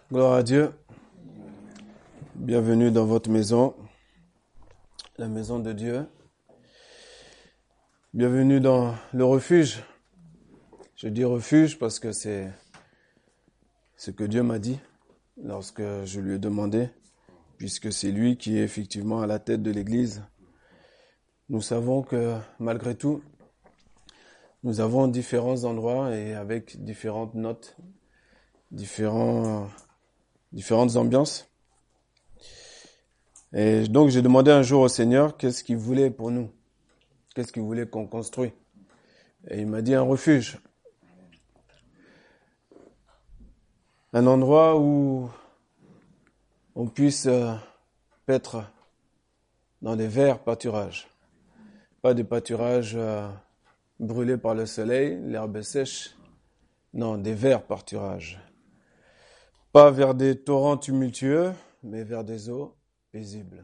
Gloire à Dieu. Bienvenue dans votre maison, la maison de Dieu. Bienvenue dans le refuge. Je dis refuge parce que c'est ce que Dieu m'a dit lorsque je lui ai demandé, puisque c'est lui qui est effectivement à la tête de l'Église. Nous savons que malgré tout, nous avons différents endroits et avec différentes notes, différentes ambiances. Et donc j'ai demandé un jour au Seigneur qu'est-ce qu'il voulait pour nous, qu'est-ce qu'il voulait qu'on construise. Et il m'a dit un refuge, un endroit où on puisse paître dans des verts pâturages, pas des pâturages brûlés par le soleil, l'herbe sèche, non, des verts pâturages. Pas vers des torrents tumultueux, mais vers des eaux paisibles.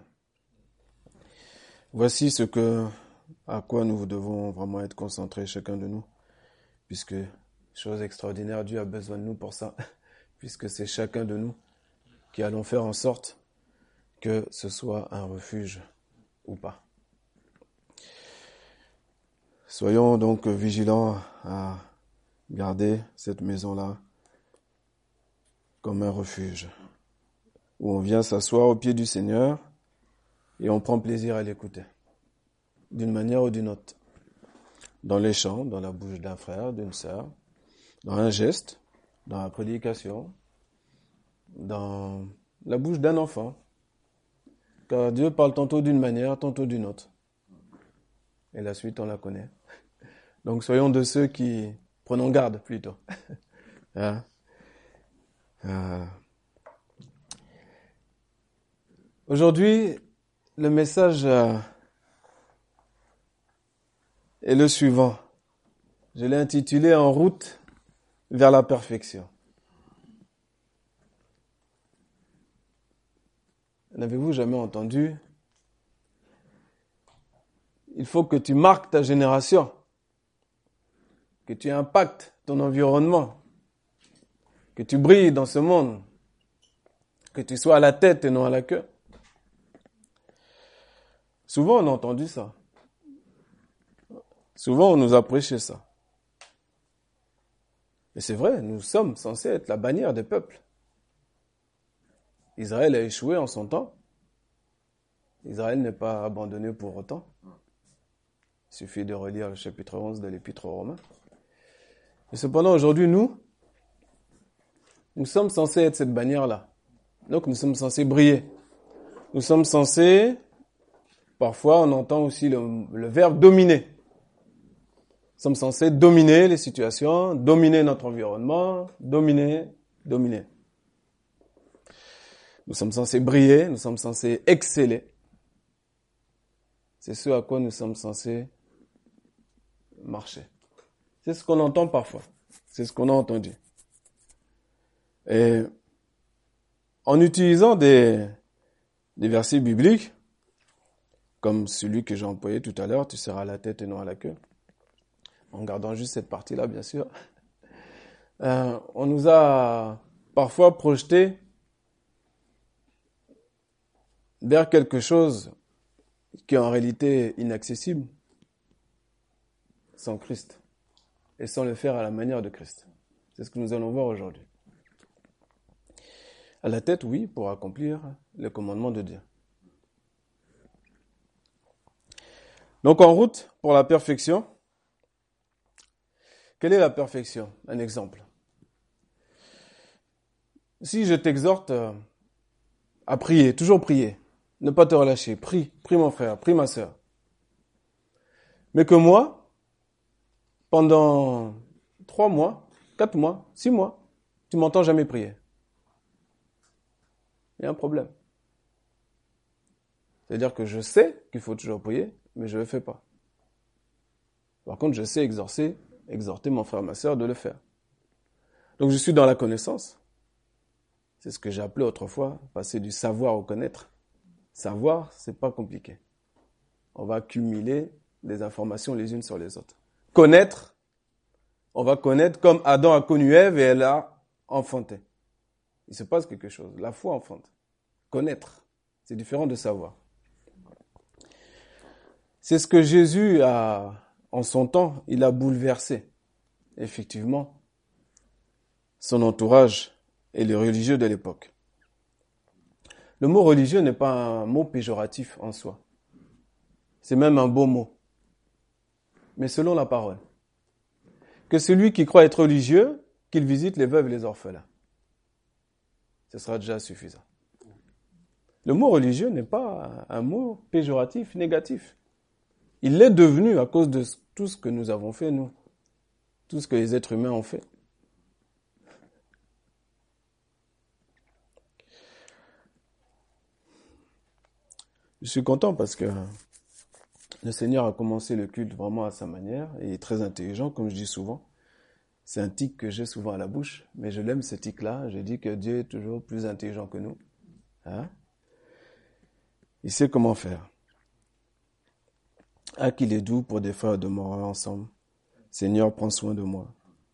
Voici à quoi nous devons vraiment être concentrés, chacun de nous, puisque, chose extraordinaire, Dieu a besoin de nous pour ça, puisque c'est chacun de nous qui allons faire en sorte que ce soit un refuge ou pas. Soyons donc vigilants à garder cette maison-là comme un refuge, où on vient s'asseoir au pied du Seigneur et on prend plaisir à l'écouter, d'une manière ou d'une autre. Dans les chants, dans la bouche d'un frère, d'une sœur, dans un geste, dans la prédication, dans la bouche d'un enfant. Car Dieu parle tantôt d'une manière, tantôt d'une autre. Et la suite, on la connaît. Donc soyons de ceux qui prenons garde plutôt. Hein? Aujourd'hui, le message est le suivant. Je l'ai intitulé « En route vers la perfection ». N'avez-vous jamais entendu? Il faut que tu marques ta génération, que tu impactes ton environnement, que tu brilles dans ce monde, que tu sois à la tête et non à la queue. Souvent, on a entendu ça. Souvent, on nous a prêché ça. Et c'est vrai, nous sommes censés être la bannière des peuples. Israël a échoué en son temps. Israël n'est pas abandonné pour autant. Il suffit de relire le chapitre 11 de l'Épître aux Romains. Et cependant, aujourd'hui, nous sommes censés être cette bannière-là. Donc, nous sommes censés briller. Nous sommes censés, parfois, on entend aussi le verbe dominer. Nous sommes censés dominer les situations, dominer notre environnement, dominer. Nous sommes censés briller, nous sommes censés exceller. C'est ce à quoi nous sommes censés marcher. C'est ce qu'on entend parfois. C'est ce qu'on a entendu. Et en utilisant des versets bibliques, comme celui que j'ai employé tout à l'heure, tu seras à la tête et non à la queue, en gardant juste cette partie-là, bien sûr, on nous a parfois projeté vers quelque chose qui est en réalité inaccessible sans Christ et sans le faire à la manière de Christ. C'est ce que nous allons voir aujourd'hui. À la tête, oui, pour accomplir le commandement de Dieu. Donc en route pour la perfection. Quelle est la perfection? Un exemple. Si je t'exhorte à prier, toujours prier, ne pas te relâcher, prie mon frère, prie ma sœur. Mais que moi, pendant 3 mois, 4 mois, 6 mois, tu m'entends jamais prier. Il y a un problème. C'est-à-dire que je sais qu'il faut toujours prier, mais je ne le fais pas. Par contre, je sais exhorter mon frère, ma sœur de le faire. Donc je suis dans la connaissance. C'est ce que j'ai appelé autrefois, passer du savoir au connaître. Savoir, c'est pas compliqué. On va accumuler des informations les unes sur les autres. Connaître, on va connaître comme Adam a connu Ève et elle a enfanté. Il se passe quelque chose. La foi enfante. Connaître, c'est différent de savoir. C'est ce que Jésus a, en son temps, il a bouleversé, effectivement, son entourage et les religieux de l'époque. Le mot religieux n'est pas un mot péjoratif en soi. C'est même un beau mot. Mais selon la parole. Que celui qui croit être religieux, qu'il visite les veuves et les orphelins. Ce sera déjà suffisant. Le mot religieux n'est pas un mot péjoratif, négatif. Il l'est devenu à cause de tout ce que nous avons fait, nous. Tout ce que les êtres humains ont fait. Je suis content parce que le Seigneur a commencé le culte vraiment à sa manière et il est très intelligent, comme je dis souvent. C'est un tic que j'ai souvent à la bouche, mais je l'aime ce tic-là. Je dis que Dieu est toujours plus intelligent que nous. Hein? Il sait comment faire. Ah, qu'il est doux pour des frères demeurer ensemble. Seigneur, prends soin de moi.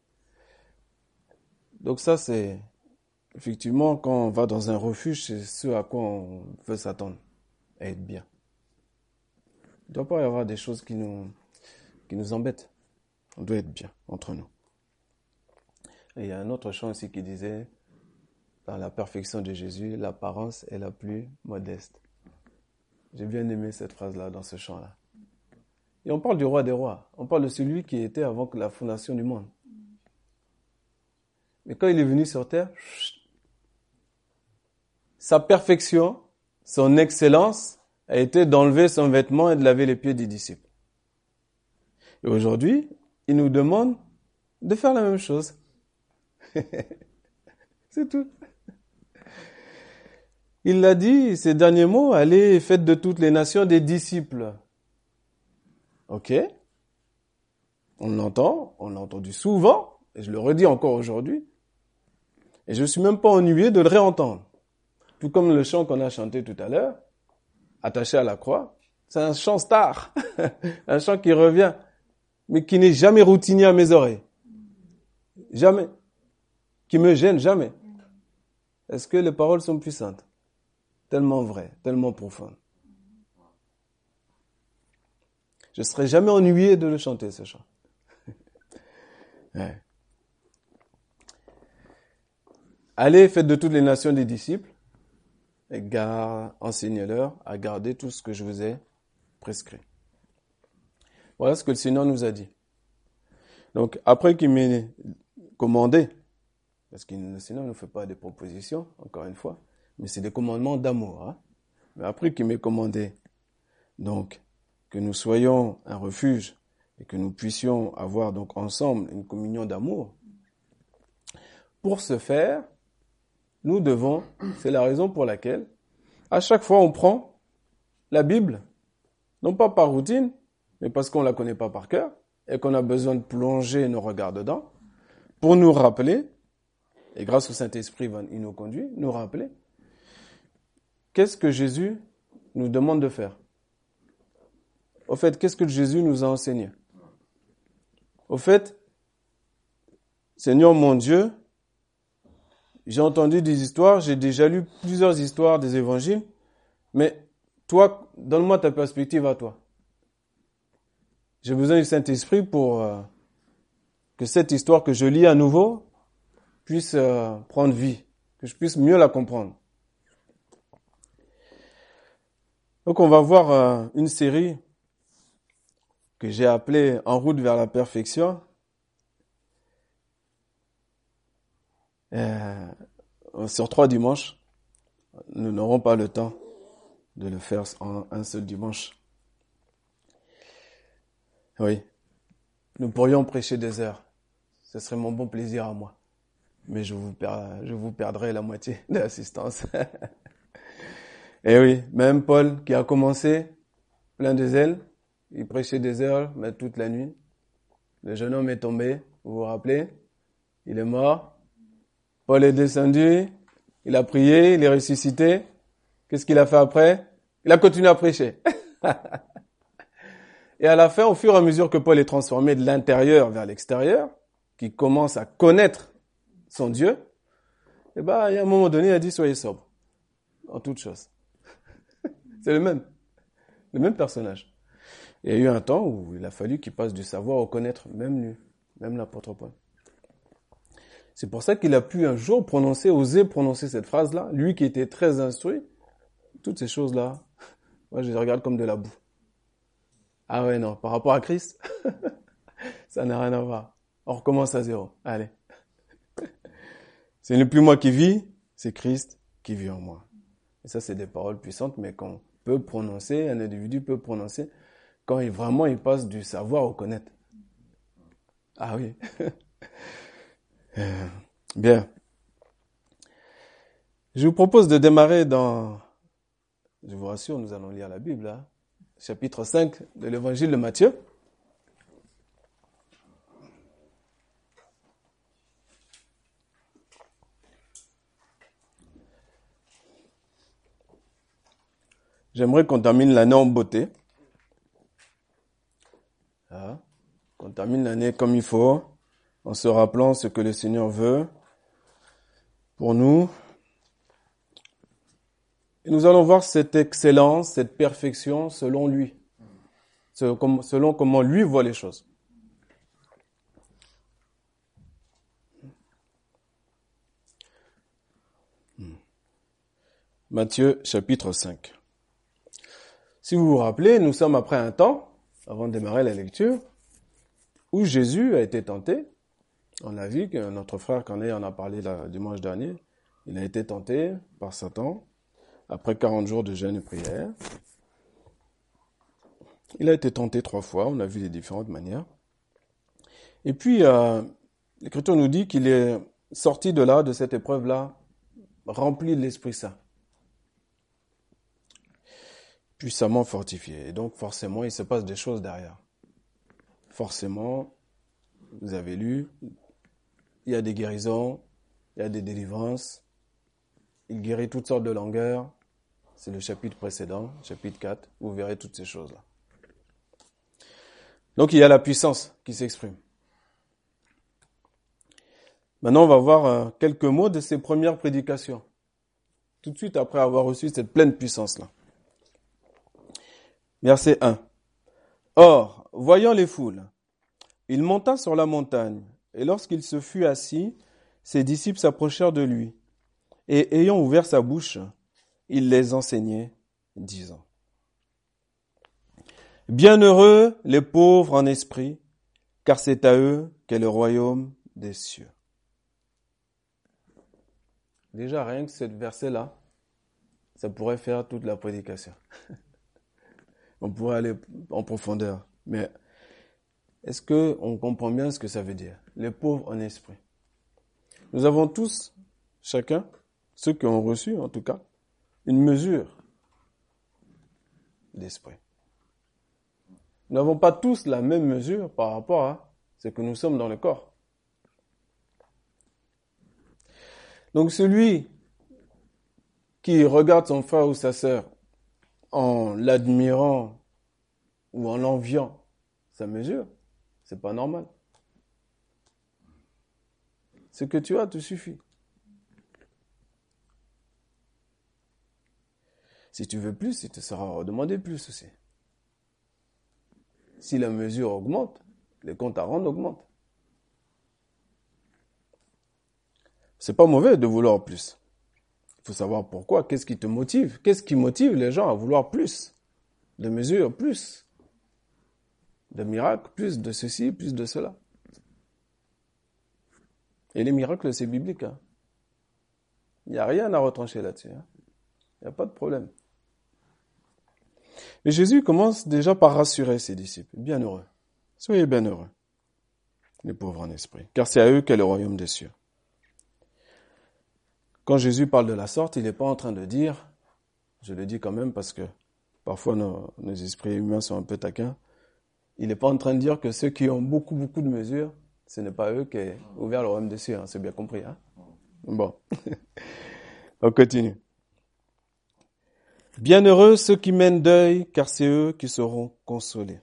Donc ça, c'est effectivement quand on va dans un refuge, c'est ce à quoi on veut s'attendre, à être bien. Il ne doit pas y avoir des choses qui nous embêtent. On doit être bien entre nous. Et il y a un autre chant aussi qui disait, dans la perfection de Jésus, l'apparence est la plus modeste. J'ai bien aimé cette phrase-là dans ce chant-là. Et on parle du roi des rois. On parle de celui qui était avant la fondation du monde. Mais quand il est venu sur terre, sa perfection, son excellence a été d'enlever son vêtement et de laver les pieds des disciples. Et aujourd'hui, il nous demande de faire la même chose. C'est tout. Il l'a dit, ces derniers mots, allez, faites de toutes les nations des disciples. Ok. On l'entend, on l'a entendu souvent, et je le redis encore aujourd'hui. Et je ne suis même pas ennuyé de le réentendre. Tout comme le chant qu'on a chanté tout à l'heure, attaché à la croix. C'est un chant star, un chant qui revient, mais qui n'est jamais routinier à mes oreilles. Jamais. Qui me gêne, jamais. Est-ce que les paroles sont puissantes? Tellement vraies, tellement profondes. Je ne serai jamais ennuyé de le chanter, ce chant. Ouais. Allez, faites de toutes les nations des disciples, et enseignez-leur à garder tout ce que je vous ai prescrit. Voilà ce que le Seigneur nous a dit. Donc, après qu'il m'ait commandé, parce que le Seigneur ne nous fait pas des propositions, encore une fois, mais c'est des commandements d'amour. Hein? Mais après qu'il m'ait commandé, donc, que nous soyons un refuge et que nous puissions avoir donc ensemble une communion d'amour, pour ce faire, nous devons, c'est la raison pour laquelle, à chaque fois on prend la Bible, non pas par routine, mais parce qu'on ne la connaît pas par cœur, et qu'on a besoin de plonger nos regards dedans, pour nous rappeler, et grâce au Saint-Esprit il nous conduit, nous rappeler, qu'est-ce que Jésus nous demande de faire? Au fait, qu'est-ce que Jésus nous a enseigné? Au fait, Seigneur mon Dieu, j'ai entendu des histoires, j'ai déjà lu plusieurs histoires des évangiles, mais toi, donne-moi ta perspective à toi. J'ai besoin du Saint-Esprit pour que cette histoire que je lis à nouveau puisse prendre vie, que je puisse mieux la comprendre. Donc on va voir une série que j'ai appelée En route vers la perfection. Sur 3 dimanches, nous n'aurons pas le temps de le faire en un seul dimanche. Oui, nous pourrions prêcher des heures. Ce serait mon bon plaisir à moi. Mais je vous perdrai la moitié de l'assistance. Et oui, même Paul qui a commencé, plein de zèle, il prêchait des heures, mais toute la nuit. Le jeune homme est tombé, vous vous rappelez? Il est mort. Paul est descendu, il a prié, il est ressuscité. Qu'est-ce qu'il a fait après? Il a continué à prêcher. Et à la fin, au fur et à mesure que Paul est transformé de l'intérieur vers l'extérieur, qu'il commence à connaître son Dieu, Et ben, il y a un moment donné, il a dit, soyez sobre. En toutes choses. C'est le même personnage. Il y a eu un temps où il a fallu qu'il passe du savoir au connaître, même lui, même l'apôtre Paul. C'est pour ça qu'il a pu un jour oser prononcer cette phrase-là, lui qui était très instruit, toutes ces choses-là, moi je les regarde comme de la boue. Ah ouais, non, par rapport à Christ, ça n'a rien à voir. On recommence à zéro. Allez. Ce n'est plus moi qui vis, c'est Christ qui vit en moi. Et ça, c'est des paroles puissantes, mais qu'on peut prononcer, un individu peut prononcer quand vraiment il passe du savoir au connaître. Ah oui. Bien. Je vous propose de démarrer je vous rassure, nous allons lire la Bible, hein, chapitre 5 de l'évangile de Matthieu. J'aimerais qu'on termine l'année en beauté. Ah, qu'on termine l'année comme il faut, en se rappelant ce que le Seigneur veut pour nous. Et nous allons voir cette excellence, cette perfection selon lui, selon comment lui voit les choses. Matthieu chapitre 5. Si vous vous rappelez, nous sommes après un temps, avant de démarrer la lecture, où Jésus a été tenté. On a vu que notre frère Corneille en a parlé dimanche dernier. Il a été tenté par Satan après 40 jours de jeûne et prière. Il a été tenté 3 fois, on a vu les différentes manières. Et puis, l'Écriture nous dit qu'il est sorti de cette épreuve-là, rempli de l'Esprit Saint. Puissamment fortifié. Et donc, forcément, il se passe des choses derrière. Forcément, vous avez lu, il y a des guérisons, il y a des délivrances, il guérit toutes sortes de langueurs. C'est le chapitre précédent, chapitre 4, vous verrez toutes ces choses-là. Donc il y a la puissance qui s'exprime. Maintenant, on va voir quelques mots de ses premières prédications, tout de suite après avoir reçu cette pleine puissance-là. Verset 1. Or, voyant les foules, il monta sur la montagne, et lorsqu'il se fut assis, ses disciples s'approchèrent de lui, et ayant ouvert sa bouche, il les enseignait, disant: Bienheureux les pauvres en esprit, car c'est à eux qu'est le royaume des cieux. Déjà, rien que ce verset-là, ça pourrait faire toute la prédication. On pourrait aller en profondeur. Mais est-ce qu'on comprend bien ce que ça veut dire? Les pauvres en esprit. Nous avons tous, chacun, ceux qui ont reçu en tout cas, une mesure d'esprit. Nous n'avons pas tous la même mesure par rapport à ce que nous sommes dans le corps. Donc celui qui regarde son frère ou sa sœur en l'admirant ou en l'enviant sa mesure, c'est pas normal. Ce que tu as te suffit. Si tu veux plus, il te sera redemandé plus aussi. Si la mesure augmente, les comptes à rendre augmentent. C'est pas mauvais de vouloir plus. Il faut savoir pourquoi, qu'est-ce qui te motive, qu'est-ce qui motive les gens à vouloir plus de mesures, plus de miracles, plus de ceci, plus de cela. Et les miracles, c'est biblique. Hein. Il n'y a rien à retrancher là-dessus. Hein. Il n'y a pas de problème. Mais Jésus commence déjà par rassurer ses disciples. Bienheureux. Soyez bienheureux, les pauvres en esprit, car c'est à eux qu'est le royaume des cieux. Quand Jésus parle de la sorte, il n'est pas en train de dire, je le dis quand même parce que parfois nos esprits humains sont un peu taquins, il n'est pas en train de dire que ceux qui ont beaucoup de mesures, ce n'est pas eux qui est ouvert le royaume des cieux, hein, c'est bien compris. Hein? Bon, on continue. Bienheureux ceux qui mènent deuil, car c'est eux qui seront consolés.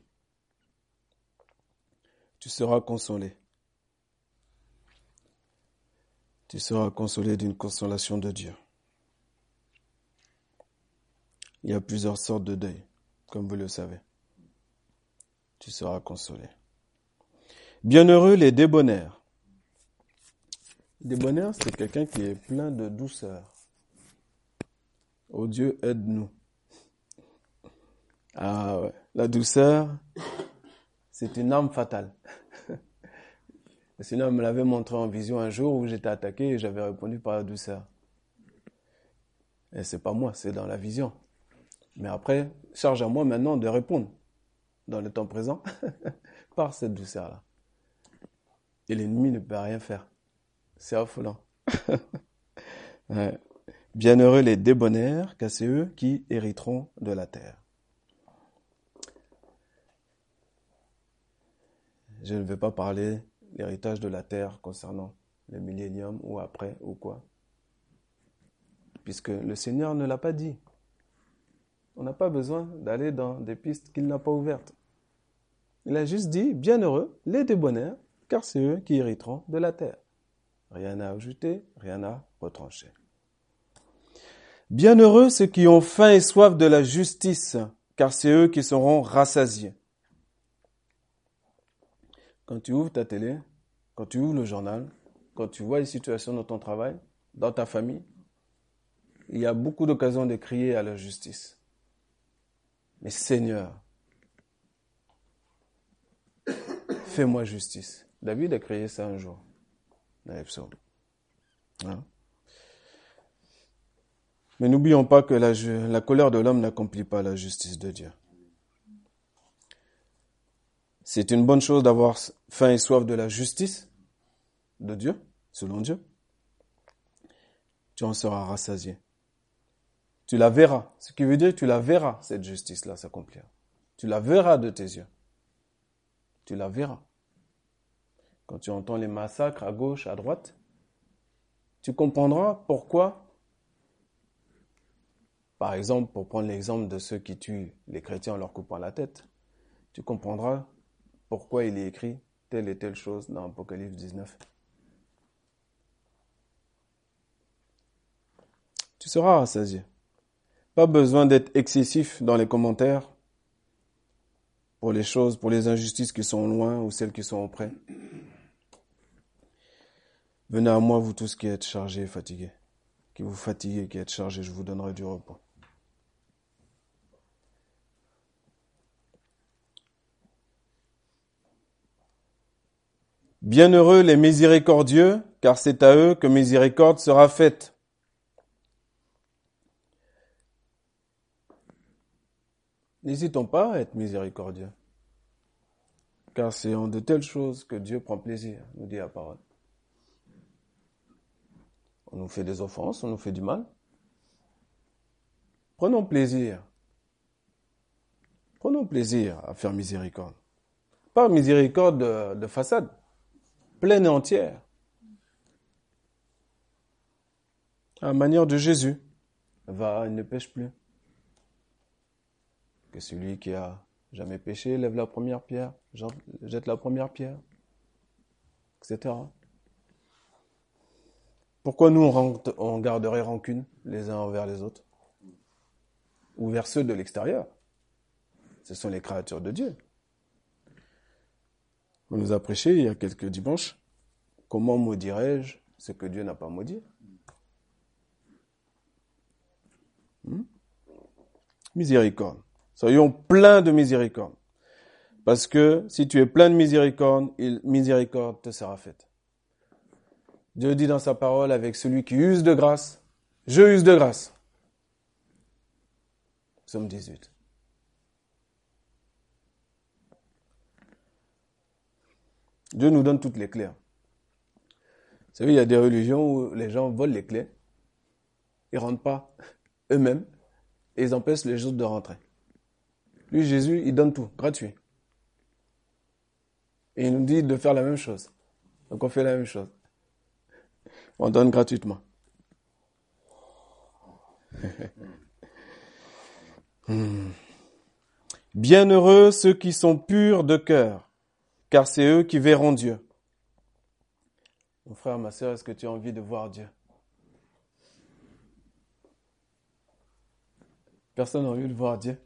Tu seras consolé. Tu seras consolé d'une consolation de Dieu. Il y a plusieurs sortes de deuil, comme vous le savez. Tu seras consolé. Bienheureux les débonnaires. Débonnaire, c'est quelqu'un qui est plein de douceur. Oh Dieu, aide-nous. Ah ouais, la douceur, c'est une arme fatale. Le Seigneur me l'avait montré en vision un jour où j'étais attaqué et j'avais répondu par la douceur. Et c'est pas moi, c'est dans la vision. Mais après, charge à moi maintenant de répondre dans le temps présent par cette douceur-là. Et l'ennemi ne peut rien faire. C'est affolant. Ouais. Bienheureux les débonnaires, car c'est eux qui hériteront de la terre. Je ne vais pas parler de l'héritage de la terre concernant le millénium ou après ou quoi. Puisque le Seigneur ne l'a pas dit. On n'a pas besoin d'aller dans des pistes qu'il n'a pas ouvertes. Il a juste dit, bienheureux les débonnaires, car c'est eux qui hériteront de la terre. Rien à ajouter, rien à retrancher. Bienheureux ceux qui ont faim et soif de la justice, car c'est eux qui seront rassasiés. Quand tu ouvres ta télé, quand tu ouvres le journal, quand tu vois les situations dans ton travail, dans ta famille, il y a beaucoup d'occasions de crier à la justice. Mais Seigneur, fais-moi justice. David a crié ça un jour dans les psaumes. Hein? Mais n'oublions pas que la colère de l'homme n'accomplit pas la justice de Dieu. C'est une bonne chose d'avoir faim et soif de la justice de Dieu, selon Dieu. Tu en seras rassasié. Tu la verras. Ce qui veut dire que tu la verras, cette justice-là s'accomplir. Tu la verras de tes yeux. Tu la verras. Quand tu entends les massacres à gauche, à droite, tu comprendras pourquoi. Par exemple, pour prendre l'exemple de ceux qui tuent les chrétiens en leur coupant la tête, tu comprendras pourquoi il est écrit telle et telle chose dans Apocalypse 19. Tu seras rassasié. Pas besoin d'être excessif dans les commentaires pour les choses, pour les injustices qui sont loin ou celles qui sont auprès. Venez à moi, vous tous qui êtes chargés et fatigués. Qui vous fatiguez, qui êtes chargés, je vous donnerai du repos. Bienheureux les miséricordieux, car c'est à eux que miséricorde sera faite. N'hésitons pas à être miséricordieux, car c'est en de telles choses que Dieu prend plaisir, nous dit la parole. On nous fait des offenses, on nous fait du mal. Prenons plaisir à faire miséricorde. Pas miséricorde de façade, pleine et entière. À la manière de Jésus. Va, il ne pêche plus. Que celui qui a jamais péché lève la première pierre, jette la première pierre, etc. Pourquoi nous on garderait rancune les uns envers les autres? Ou vers ceux de l'extérieur? Ce sont les créatures de Dieu. On nous a prêché il y a quelques dimanches. Comment maudirais-je ce que Dieu n'a pas maudit? Miséricorde. Soyons pleins de miséricorde. Parce que si tu es plein de miséricorde, miséricorde te sera faite. Dieu dit dans sa parole, avec celui qui use de grâce, je use de grâce. Psaume 18. Dieu nous donne toutes les clés. Vous savez, il y a des religions où les gens volent les clés, ils ne rentrent pas eux-mêmes et ils empêchent les autres de rentrer. Lui, Jésus, il donne tout, gratuit. Et il nous dit de faire la même chose. Donc on fait la même chose. On donne gratuitement. Bienheureux ceux qui sont purs de cœur, car c'est eux qui verront Dieu. Mon frère, ma sœur, est-ce que tu as envie de voir Dieu? Personne n'a envie de voir Dieu.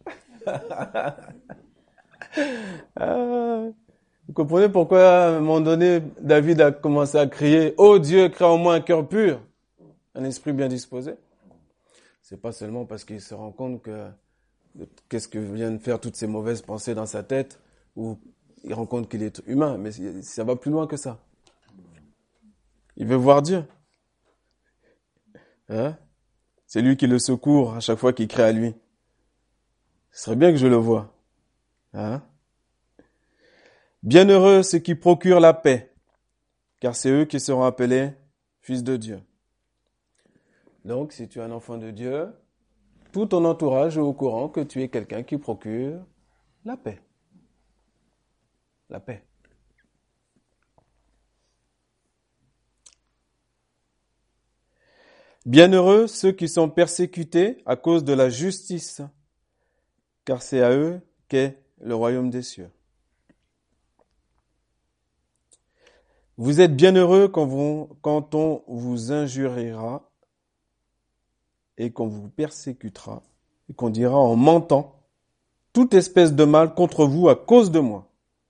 Vous comprenez pourquoi, à un moment donné, David a commencé à crier « Oh Dieu, crée en moi un cœur pur, un esprit bien disposé ». C'est pas seulement parce qu'il se rend compte que qu'est-ce que viennent faire toutes ces mauvaises pensées dans sa tête, ou il rend compte qu'il est humain, mais ça va plus loin que ça. Il veut voir Dieu. Hein? C'est lui qui le secourt à chaque fois qu'il crie à lui. Ce serait bien que je le voie. Hein? Bienheureux ceux qui procurent la paix, car c'est eux qui seront appelés fils de Dieu. Donc, si tu es un enfant de Dieu, tout ton entourage est au courant que tu es quelqu'un qui procure la paix. La paix. Bienheureux ceux qui sont persécutés à cause de la justice, car c'est à eux qu'est le royaume des cieux. Vous êtes bienheureux quand on vous injuriera et qu'on vous persécutera et qu'on dira en mentant toute espèce de mal contre vous à cause de moi.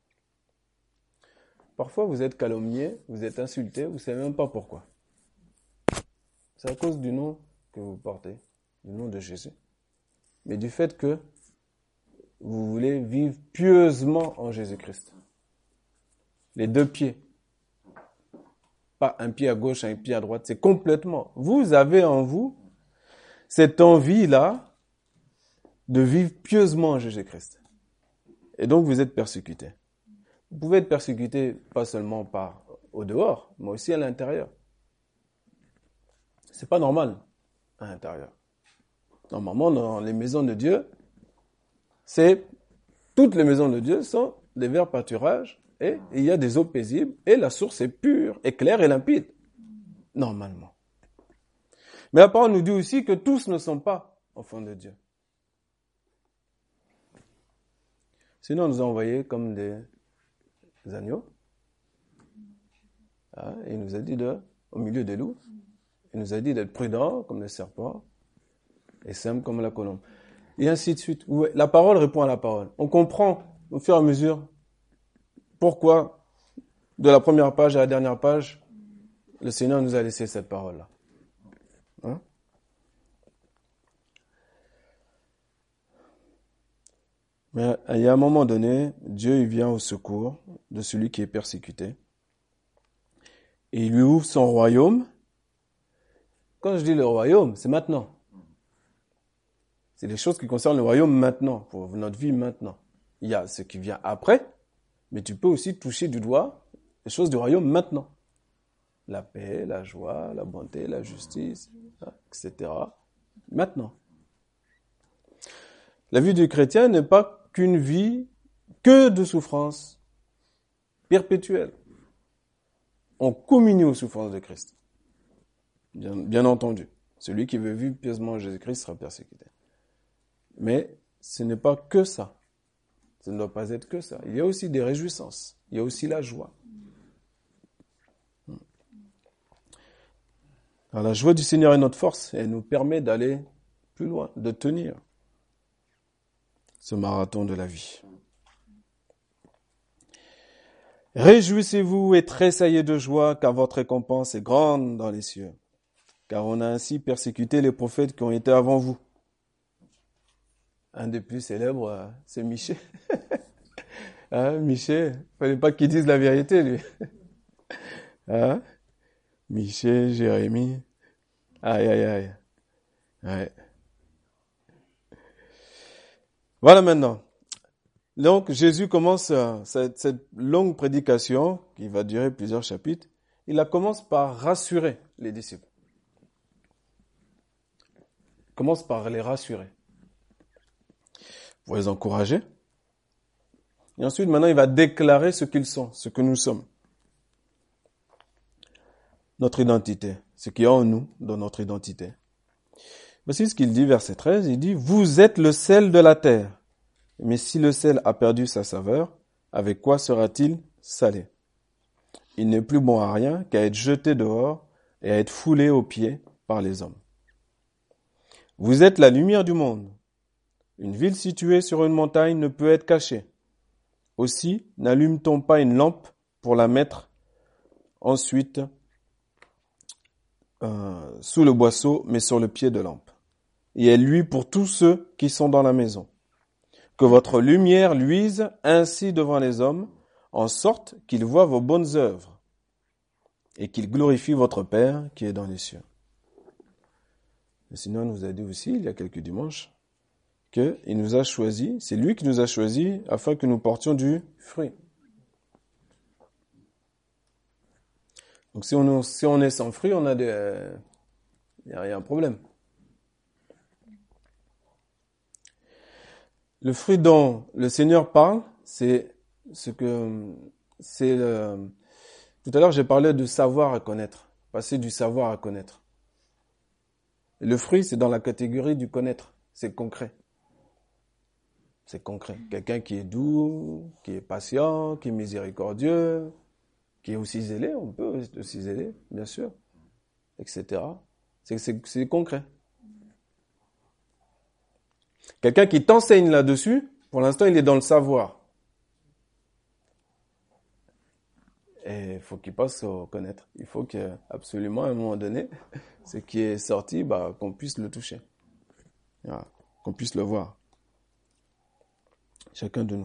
Parfois, vous êtes calomnié, vous êtes insulté, vous ne savez même pas pourquoi. C'est à cause du nom que vous portez, du nom de Jésus. Mais du fait que vous voulez vivre pieusement en Jésus-Christ. Les deux pieds. Pas un pied à gauche, un pied à droite. C'est complètement. Vous avez en vous cette envie-là de vivre pieusement en Jésus-Christ. Et donc vous êtes persécuté. Vous pouvez être persécuté pas seulement au dehors, mais aussi à l'intérieur. C'est pas normal à l'intérieur. Normalement, dans les maisons de Dieu, toutes les maisons de Dieu sont des verts pâturages et il y a des eaux paisibles et la source est pure, et claire et limpide. Normalement. Mais la parole nous dit aussi que tous ne sont pas enfants de Dieu. Sinon, on nous a envoyés comme des agneaux. Et il nous a dit au milieu des loups, il nous a dit d'être prudents comme les serpents et simples comme la colombe. Et ainsi de suite. La parole répond à la parole. On comprend au fur et à mesure pourquoi, de la première page à la dernière page, le Seigneur nous a laissé cette parole-là. Hein? Mais il y a un moment donné, Dieu il vient au secours de celui qui est persécuté. Et il lui ouvre son royaume. Quand je dis le royaume, c'est maintenant. C'est les choses qui concernent le royaume maintenant, pour notre vie maintenant. Il y a ce qui vient après, mais tu peux aussi toucher du doigt les choses du royaume maintenant. La paix, la joie, la bonté, la justice, etc. Maintenant. La vie du chrétien n'est pas qu'une vie que de souffrance perpétuelle. On communie aux souffrances de Christ. Bien entendu. Celui qui veut vivre pieusement en Jésus-Christ sera persécuté. Mais ce n'est pas que ça. Ça ne doit pas être que ça. Il y a aussi des réjouissances. Il y a aussi la joie. Alors, la joie du Seigneur est notre force et elle nous permet d'aller plus loin, de tenir ce marathon de la vie. Réjouissez-vous et tressaillez de joie, car votre récompense est grande dans les cieux. Car on a ainsi persécuté les prophètes qui ont été avant vous. Un des plus célèbres, c'est Michée. Michée, fallait pas qu'il dise la vérité, lui. Michée, Jérémie. Aïe, aïe, aïe. Ouais. Voilà maintenant. Donc, Jésus commence cette longue prédication, qui va durer plusieurs chapitres. Il la commence par rassurer les disciples. Il commence par les rassurer. Pour les encourager. Et ensuite, maintenant, il va déclarer ce qu'ils sont, ce que nous sommes. Notre identité, ce qu'il y a en nous, dans notre identité. Voici ce qu'il dit, verset 13, il dit « Vous êtes le sel de la terre, mais si le sel a perdu sa saveur, avec quoi sera-t-il salé ?» Il n'est plus bon à rien qu'à être jeté dehors et à être foulé aux pieds par les hommes. Vous êtes la lumière du monde. Une ville située sur une montagne ne peut être cachée. Aussi, n'allume-t-on pas une lampe pour la mettre ensuite sous le boisseau, mais sur le pied de lampe. Et elle luit pour tous ceux qui sont dans la maison. Que votre lumière luise ainsi devant les hommes, en sorte qu'ils voient vos bonnes œuvres et qu'ils glorifient votre Père qui est dans les cieux. Le Seigneur nous a dit aussi, il y a quelques dimanches, qu'il nous a choisis, c'est lui qui nous a choisis afin que nous portions du fruit. Donc si on est sans fruit, il y a un problème. Le fruit dont le Seigneur parle, tout à l'heure j'ai parlé de savoir à connaître, passer du savoir à connaître. Et le fruit, c'est dans la catégorie du connaître, c'est concret. C'est concret. Quelqu'un qui est doux, qui est patient, qui est miséricordieux, qui est aussi zélé, on peut aussi zélé, bien sûr, etc. C'est concret. Quelqu'un qui t'enseigne là-dessus, pour l'instant, il est dans le savoir. Et il faut qu'il passe au connaître. Il faut qu'absolument, à un moment donné, ce qui est sorti, qu'on puisse le toucher. Voilà. Qu'on puisse le voir. Chacun de nous.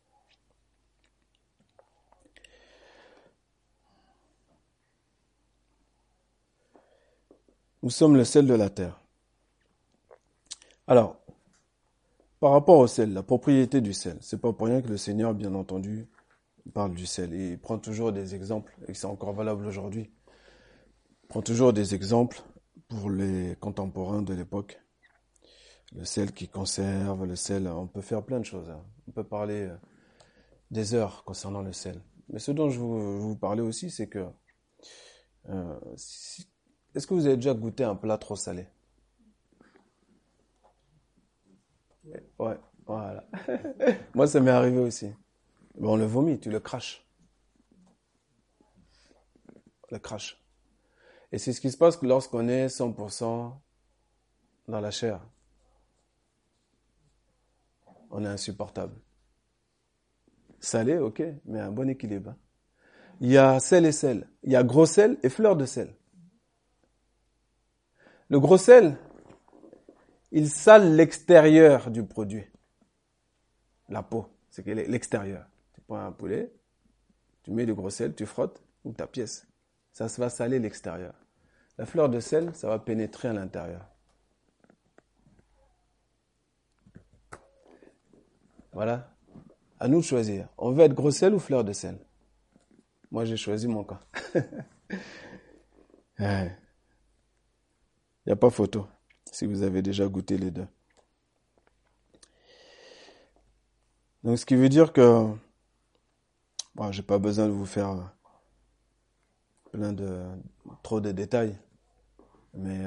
Nous sommes le sel de la terre. Alors, par rapport au sel, la propriété du sel, c'est pas pour rien que le Seigneur, bien entendu, parle du sel. Et il prend toujours des exemples, et c'est encore valable aujourd'hui. Il prend toujours des exemples pour les contemporains de l'époque. Le sel qui conserve, le sel, on peut faire plein de choses. On peut parler des heures concernant le sel. Mais ce dont je vous parlais aussi, c'est que est-ce que vous avez déjà goûté un plat trop salé? Ouais, voilà. Moi, ça m'est arrivé aussi. On le vomit, tu le craches. Le crache. Et c'est ce qui se passe lorsqu'on est 100% dans la chair. On est insupportable. Salé, ok, mais un bon équilibre. Il y a sel et sel. Il y a gros sel et fleur de sel. Le gros sel, il sale l'extérieur du produit. La peau, c'est l'extérieur. Tu prends un poulet, tu mets du gros sel, tu frottes, ou ta pièce. Ça va saler l'extérieur. La fleur de sel, ça va pénétrer à l'intérieur. Voilà. À nous de choisir. On veut être gros sel ou fleur de sel? Moi, j'ai choisi mon camp. Il n'y a pas photo, si vous avez déjà goûté les deux. Donc, ce qui veut dire que, j'ai pas besoin de vous faire trop de détails, mais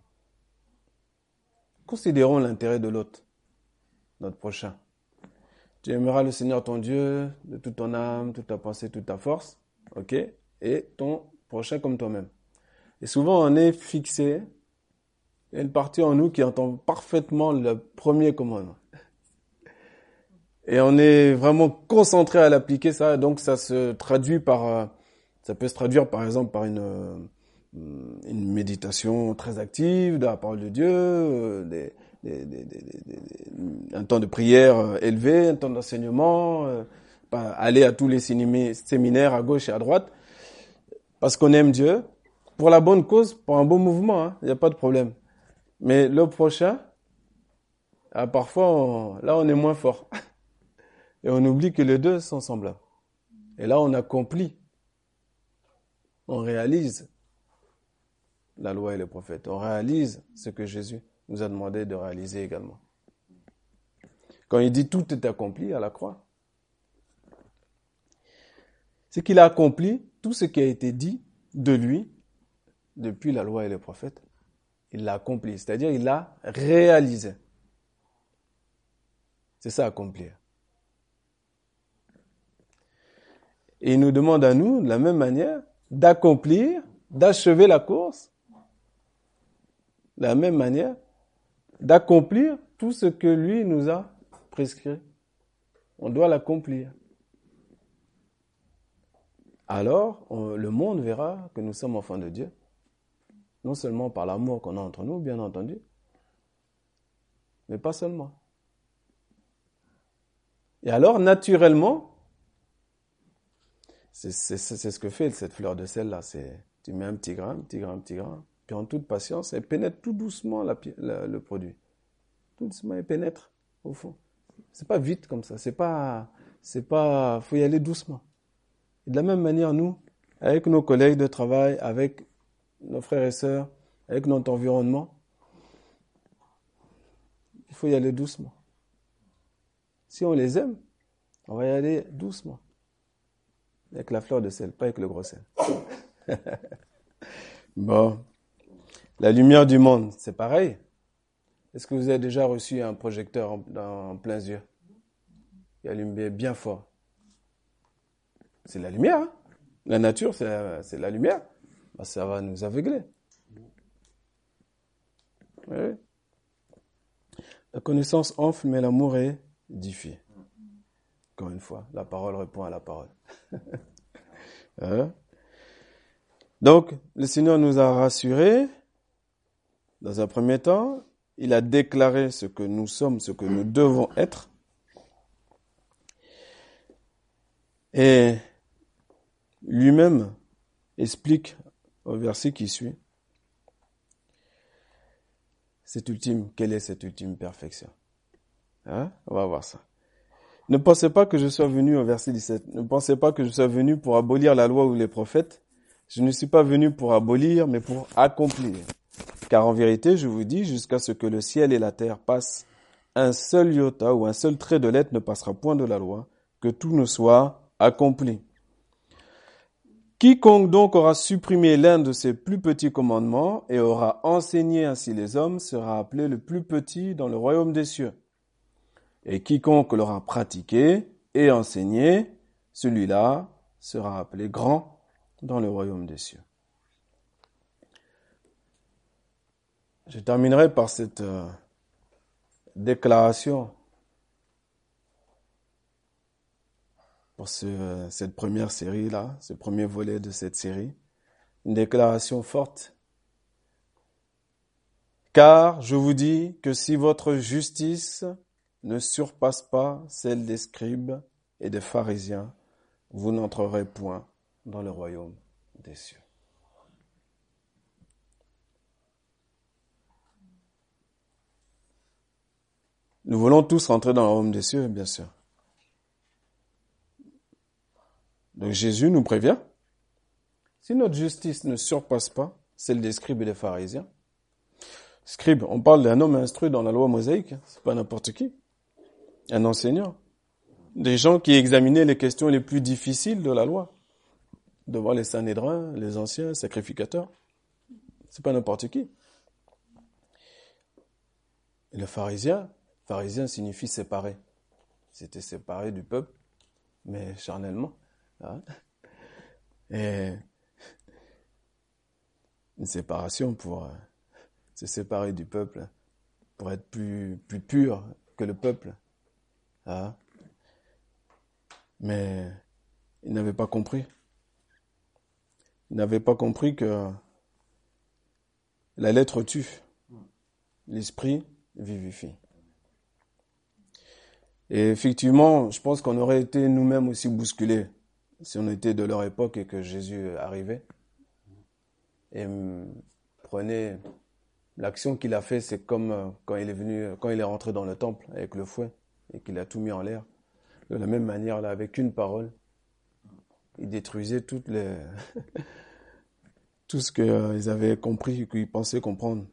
considérons l'intérêt de l'autre, notre prochain. Tu aimeras le Seigneur ton Dieu de toute ton âme, toute ta pensée, toute ta force, ok, et ton prochain comme toi-même. Et souvent, on est fixé, il y a une partie en nous qui entend parfaitement le premier commandement. Et on est vraiment concentré à l'appliquer, ça, donc ça se traduit ça peut se traduire par exemple par une méditation très active de la parole de Dieu, un temps de prière élevé, un temps d'enseignement, aller à tous les séminaires à gauche et à droite, parce qu'on aime Dieu, pour la bonne cause, pour un bon mouvement, il n'y a pas de problème. Mais le prochain, parfois, là on est moins fort. Et on oublie que les deux sont semblables. Et là on accomplit, on réalise la loi et les prophètes, on réalise ce que Jésus nous a demandé de réaliser également. Quand il dit tout est accompli à la croix, c'est qu'il a accompli tout ce qui a été dit de lui depuis la loi et les prophètes. Il l'a accompli, c'est-à-dire il l'a réalisé. C'est ça accomplir. Et il nous demande à nous, de la même manière, d'accomplir, d'achever la course, de la même manière, d'accomplir tout ce que lui nous a prescrit. On doit l'accomplir. Alors, le monde verra que nous sommes enfants de Dieu. Non seulement par l'amour qu'on a entre nous, bien entendu, mais pas seulement. Et alors, naturellement, c'est ce que fait cette fleur de sel là. Tu mets un petit grain, puis en toute patience, elle pénètre tout doucement le produit. Tout doucement, elle pénètre au fond. C'est pas vite comme ça. Faut y aller doucement. Et de la même manière, nous, avec nos collègues de travail, avec nos frères et sœurs, avec notre environnement, il faut y aller doucement. Si on les aime, on va y aller doucement. Avec la fleur de sel, pas avec le gros sel. Bon. La lumière du monde, c'est pareil. Est-ce que vous avez déjà reçu un projecteur en plein yeux? Il allume bien fort. C'est la lumière, hein? La nature, c'est la lumière. Ben, ça va nous aveugler. Oui. La connaissance enfle, mais l'amour édifie. Encore une fois, la parole répond à la parole. Hein? Donc, le Seigneur nous a rassurés. Dans un premier temps, il a déclaré ce que nous sommes, ce que nous devons être. Et lui-même explique au verset qui suit quelle est cette ultime perfection. Hein? On va voir ça. Ne pensez pas que je sois venu, au verset 17, ne pensez pas que je sois venu pour abolir la loi ou les prophètes. Je ne suis pas venu pour abolir, mais pour accomplir. Car en vérité, je vous dis, jusqu'à ce que le ciel et la terre passent, un seul iota ou un seul trait de lettre ne passera point de la loi, que tout ne soit accompli. Quiconque donc aura supprimé l'un de ces plus petits commandements et aura enseigné ainsi les hommes sera appelé le plus petit dans le royaume des cieux. Et quiconque l'aura pratiqué et enseigné, celui-là sera appelé grand dans le royaume des cieux. Je terminerai par cette déclaration pour cette première série-là, ce premier volet de cette série. Une déclaration forte. Car je vous dis que si votre justice ne surpasse pas celle des scribes et des pharisiens, vous n'entrerez point dans le royaume des cieux. Nous voulons tous rentrer dans le royaume des cieux, bien sûr. Donc Jésus nous prévient, si notre justice ne surpasse pas celle des scribes et des pharisiens, scribe, on parle d'un homme instruit dans la loi mosaïque, c'est pas n'importe qui, un enseignant, des gens qui examinaient les questions les plus difficiles de la loi, devant les Sanhédrins, les anciens sacrificateurs, c'est pas n'importe qui. Et le pharisien signifie séparé. C'était séparé du peuple, mais charnellement. Hein? Et une séparation pour se séparer du peuple, pour être plus pur que le peuple. Hein? Mais il n'avait pas compris. Il n'avait pas compris que la lettre tue, l'esprit vivifie. Et effectivement, je pense qu'on aurait été nous-mêmes aussi bousculés si on était de leur époque et que Jésus arrivait. Et prenez l'action qu'il a fait, c'est comme quand il est rentré dans le temple avec le fouet et qu'il a tout mis en l'air. De la même manière, là, avec une parole, il détruisait tout ce qu'ils avaient compris, qu'ils pensaient comprendre.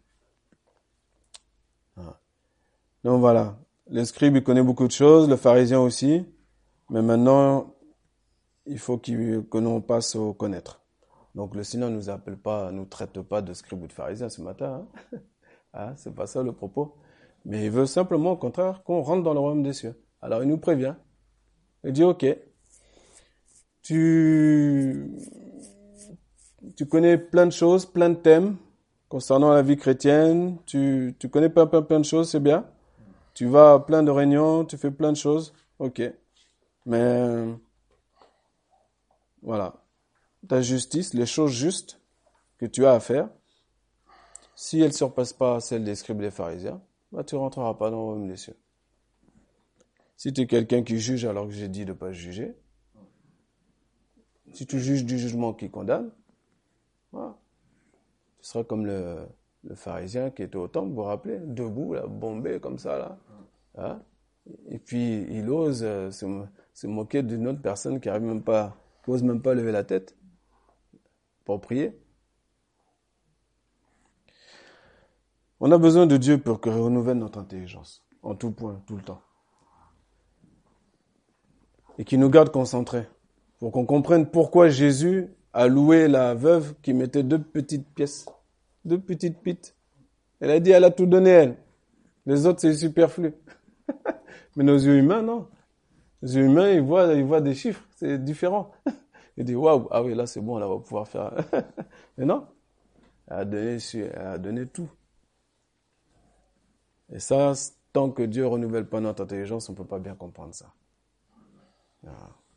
Donc voilà, le scribe, il connaît beaucoup de choses, le pharisien aussi, mais maintenant, il faut que l'on passe au connaître. Donc le Seigneur nous traite pas de scribe ou de pharisien ce matin, hein? Hein, c'est pas ça le propos. Mais il veut simplement, au contraire, qu'on rentre dans le royaume des cieux. Alors il nous prévient. Il dit, ok, Tu connais plein de choses, plein de thèmes concernant la vie chrétienne. Tu connais plein de choses, c'est bien. Tu vas à plein de réunions, tu fais plein de choses. Ok. Mais, voilà. Ta justice, les choses justes que tu as à faire, si elles ne surpassent pas celles des scribes et des pharisiens, bah, tu rentreras pas dans le royaume des cieux. Si tu es quelqu'un qui juge alors que j'ai dit de ne pas juger, si tu juges du jugement qui condamne, voilà. Tu seras comme le pharisien qui était au temple, vous vous rappelez, debout, là, bombé comme ça, là. Hein? Et puis, il ose se moquer d'une autre personne qui ose même pas lever la tête pour prier. On a besoin de Dieu pour qu'il renouvelle notre intelligence, en tout point, tout le temps. Et qu'il nous garde concentrés, pour qu'on comprenne pourquoi Jésus a loué la veuve qui mettait 2 petites pièces, 2 petites pites. Elle a dit, elle a tout donné, elle. Les autres, c'est superflu. Mais nos yeux humains, non. Les yeux humains, ils voient des chiffres, c'est différent. Ils disent, waouh, ah oui, là, c'est bon, là, on va pouvoir faire. Mais non, elle a donné tout. Et ça, tant que Dieu renouvelle pas notre intelligence, on peut pas bien comprendre ça. Voilà.